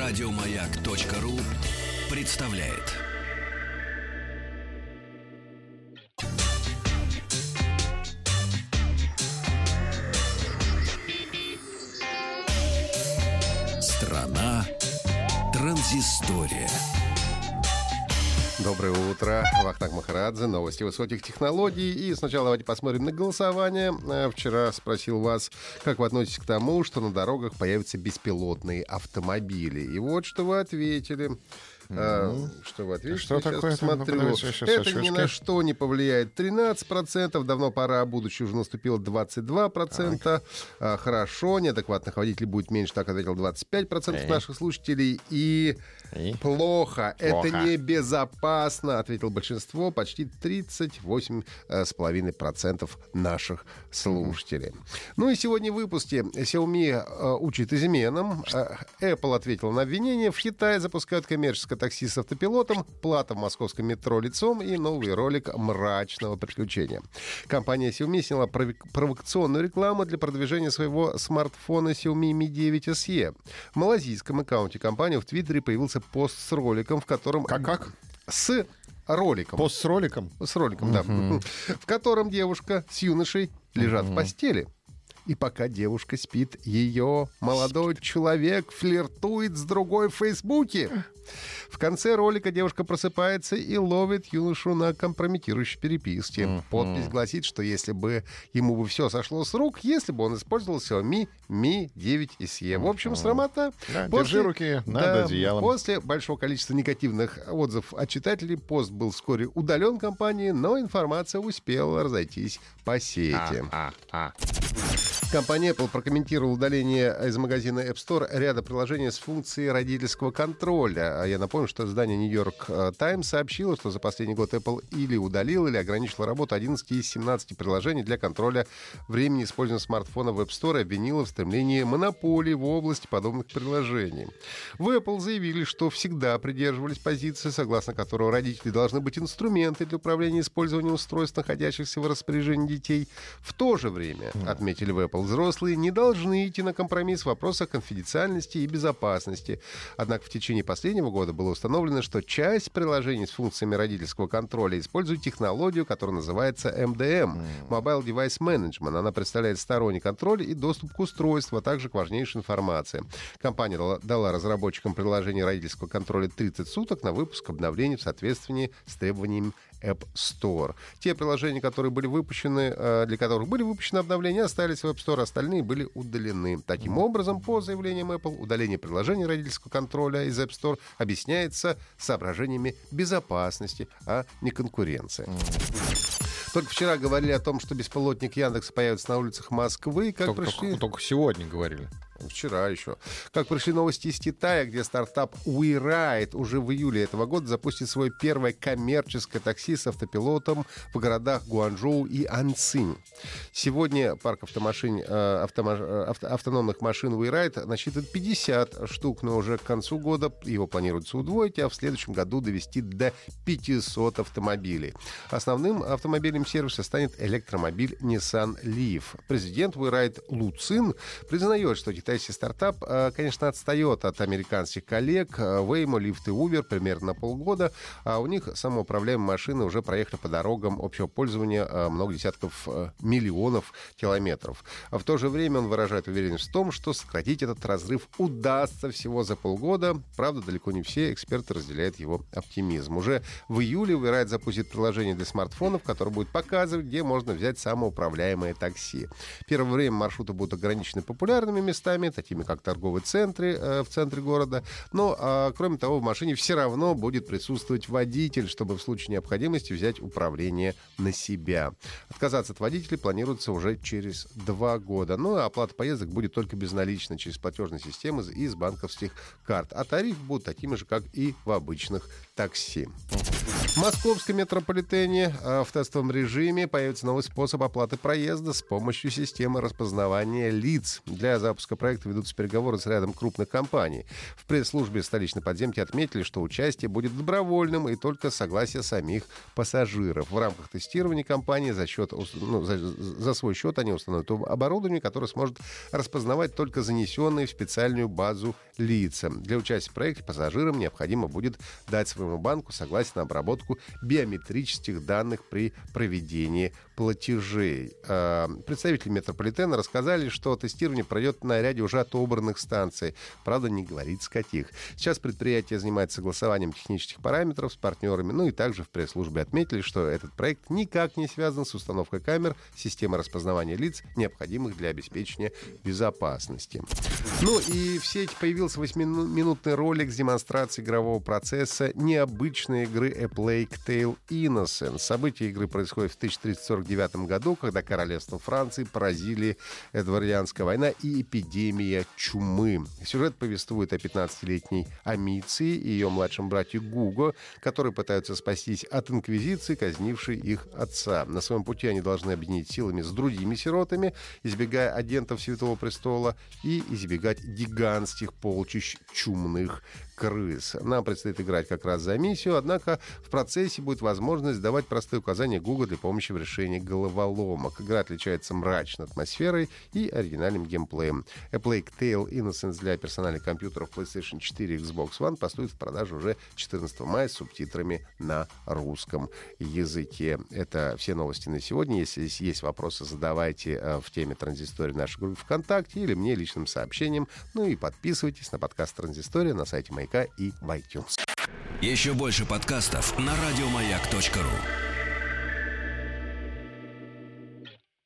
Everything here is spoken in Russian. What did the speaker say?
Радиомаяк.ру представляет. Страна транзистория. Доброе утро. Вахтанг Махарадзе, новости высоких технологий. И сначала давайте посмотрим на голосование. Вчера спросил вас, как вы относитесь к тому, что на дорогах появятся беспилотные автомобили. И вот что вы ответили. Что вы ответили? Что такое? Посмотрю. Это ни на что не повлияет. 13%. Давно пора, будущее уже наступило 22%. Хорошо. Неадекватных водителей будет меньше, так ответил 25% наших слушателей. И плохо. Это небезопасно, ответил большинство, почти 38,5% наших слушателей. Ну и сегодня в выпуске Xiaomi учит изменам. Apple ответила на обвинение. В Китае запускают коммерческое такси с автопилотом, плата в московском метро лицом и новый ролик мрачного приключения. Компания Xiaomi сняла провокационную рекламу для продвижения своего смартфона Xiaomi Mi 9 SE. В малазийском аккаунте компании в Твиттере появился пост с роликом, в котором... Как? С роликом. Пост с роликом? С роликом, да. В котором девушка с юношей лежат в постели. И пока девушка спит, ее молодой человек флиртует с другой в Фейсбуке. В конце ролика девушка просыпается и ловит юношу на компрометирующей переписке. Подпись гласит, что если бы ему бы все сошло с рук, если бы он использовал Xiaomi Mi 9 SE. В общем, срамота. Да, держи руки над одеялом. После большого количества негативных отзывов от читателей пост был вскоре удален компанией, но информация успела разойтись по сети. Компания Apple прокомментировала удаление из магазина App Store ряда приложений с функцией родительского контроля. Я напомню, что издание New York Times сообщило, что за последний год Apple или удалил, или ограничил работу 11 из 17 приложений для контроля времени использования смартфона в App Store и обвинила в стремлении монополии в области подобных приложений. В Apple заявили, что всегда придерживались позиции, согласно которой родители должны быть инструменты для управления использованием устройств, находящихся в распоряжении детей. В то же время, отметили в Apple, взрослые не должны идти на компромисс в вопросах конфиденциальности и безопасности. Однако в течение последнего года было установлено, что часть приложений с функциями родительского контроля использует технологию, которая называется MDM — Mobile Device Management. Она представляет сторонний контроль и доступ к устройству, а также к важнейшей информации. Компания дала разработчикам приложений родительского контроля 30 суток на выпуск обновлений в соответствии с требованиями App Store. Те приложения, которые были выпущены, для которых были выпущены обновления, остались в App Store, остальные были удалены. Таким образом, по заявлениям Apple, удаление приложений родительского контроля из App Store объясняется соображениями безопасности, а не конкуренции. Только вчера говорили о том, что беспилотник Яндекс появится на улицах Москвы. Только сегодня говорили. Вчера еще. Как пришли новости из Китая, где стартап WeRide уже в июле этого года запустит свое первое коммерческое такси с автопилотом в городах Гуанчжоу и Анцинь. Сегодня парк автономных машин WeRide насчитывает 50 штук, но уже к концу года его планируется удвоить, а в следующем году довести до 500 автомобилей. Основным автомобилем сервиса станет электромобиль Nissan Leaf. Президент WeRide Лу Цин признает, что китайский стартап, конечно, отстает от американских коллег Waymo, Lyft и Uber примерно на полгода, а у них самоуправляемые машины уже проехали по дорогам общего пользования много десятков миллионов километров. В то же время он выражает уверенность в том, что сократить этот разрыв удастся всего за полгода. Правда, далеко не все эксперты разделяют его оптимизм. Уже в июле WeRide запустит приложение для смартфонов, которое будет показывать, где можно взять самоуправляемое такси. Первое время маршруты будут ограничены популярными местами, такими как торговые центры в центре города. Но, кроме того, в машине все равно будет присутствовать водитель, чтобы в случае необходимости взять управление на себя. Отказаться от водителей планируется уже через 2 года. Ну, а оплата поездок будет только безналично через платежные системы и из банковских карт. А тарифы будут такими же, как и в обычных такси. В московском метрополитене в тестовом режиме появится новый способ оплаты проезда с помощью системы распознавания лиц. Для запуска проекта ведутся переговоры с рядом крупных компаний. В пресс-службе столичной подземки отметили, что участие будет добровольным и только согласие самих пассажиров. В рамках тестирования компании за свой счет они установят оборудование, которое сможет распознавать только занесенные в специальную базу лица. Для участия в проекте пассажирам необходимо будет дать своему банку согласие на обработку биометрических данных при проведении платежей. Представители метрополитена рассказали, что тестирование пройдет на ряде уже отобранных станций. Правда, не говорится, каких. Сейчас предприятие занимается согласованием технических параметров с партнерами. Ну и также в пресс-службе отметили, что этот проект никак не связан с установкой камер системы распознавания лиц, необходимых для обеспечения безопасности. Ну и в сети появился 8-минутный ролик с демонстрацией игрового процесса необычной игры A Plague Tale Innocence. События игры происходят в 1349 году, когда королевство Франции поразили Эдвардианская война и эпидемия чумы. Сюжет повествует о 15-летней Амиции и ее младшем брате Гуго, которые пытаются спастись от инквизиции, казнившей их отца. На своем пути они должны объединить силами с другими сиротами, избегая агентов Святого Престола и избегать гигантских полчищ чумных крыс. Нам предстоит играть как раз за миссию, однако в процессе будет возможность давать простые указания Гугл для помощи в решении головоломок. Игра отличается мрачной атмосферой и оригинальным геймплеем. A Plague Tale Innocence для персональных компьютеров PlayStation 4 и Xbox One поступит в продажу уже 14 мая с субтитрами на русском языке. Это все новости на сегодня. Если есть вопросы, задавайте в теме Транзистории в нашей группе ВКонтакте или мне личным сообщением. Ну и подписывайтесь на подкаст Транзистория на сайте Маяка и в iTunes. Еще больше подкастов на радиомаяк.ру.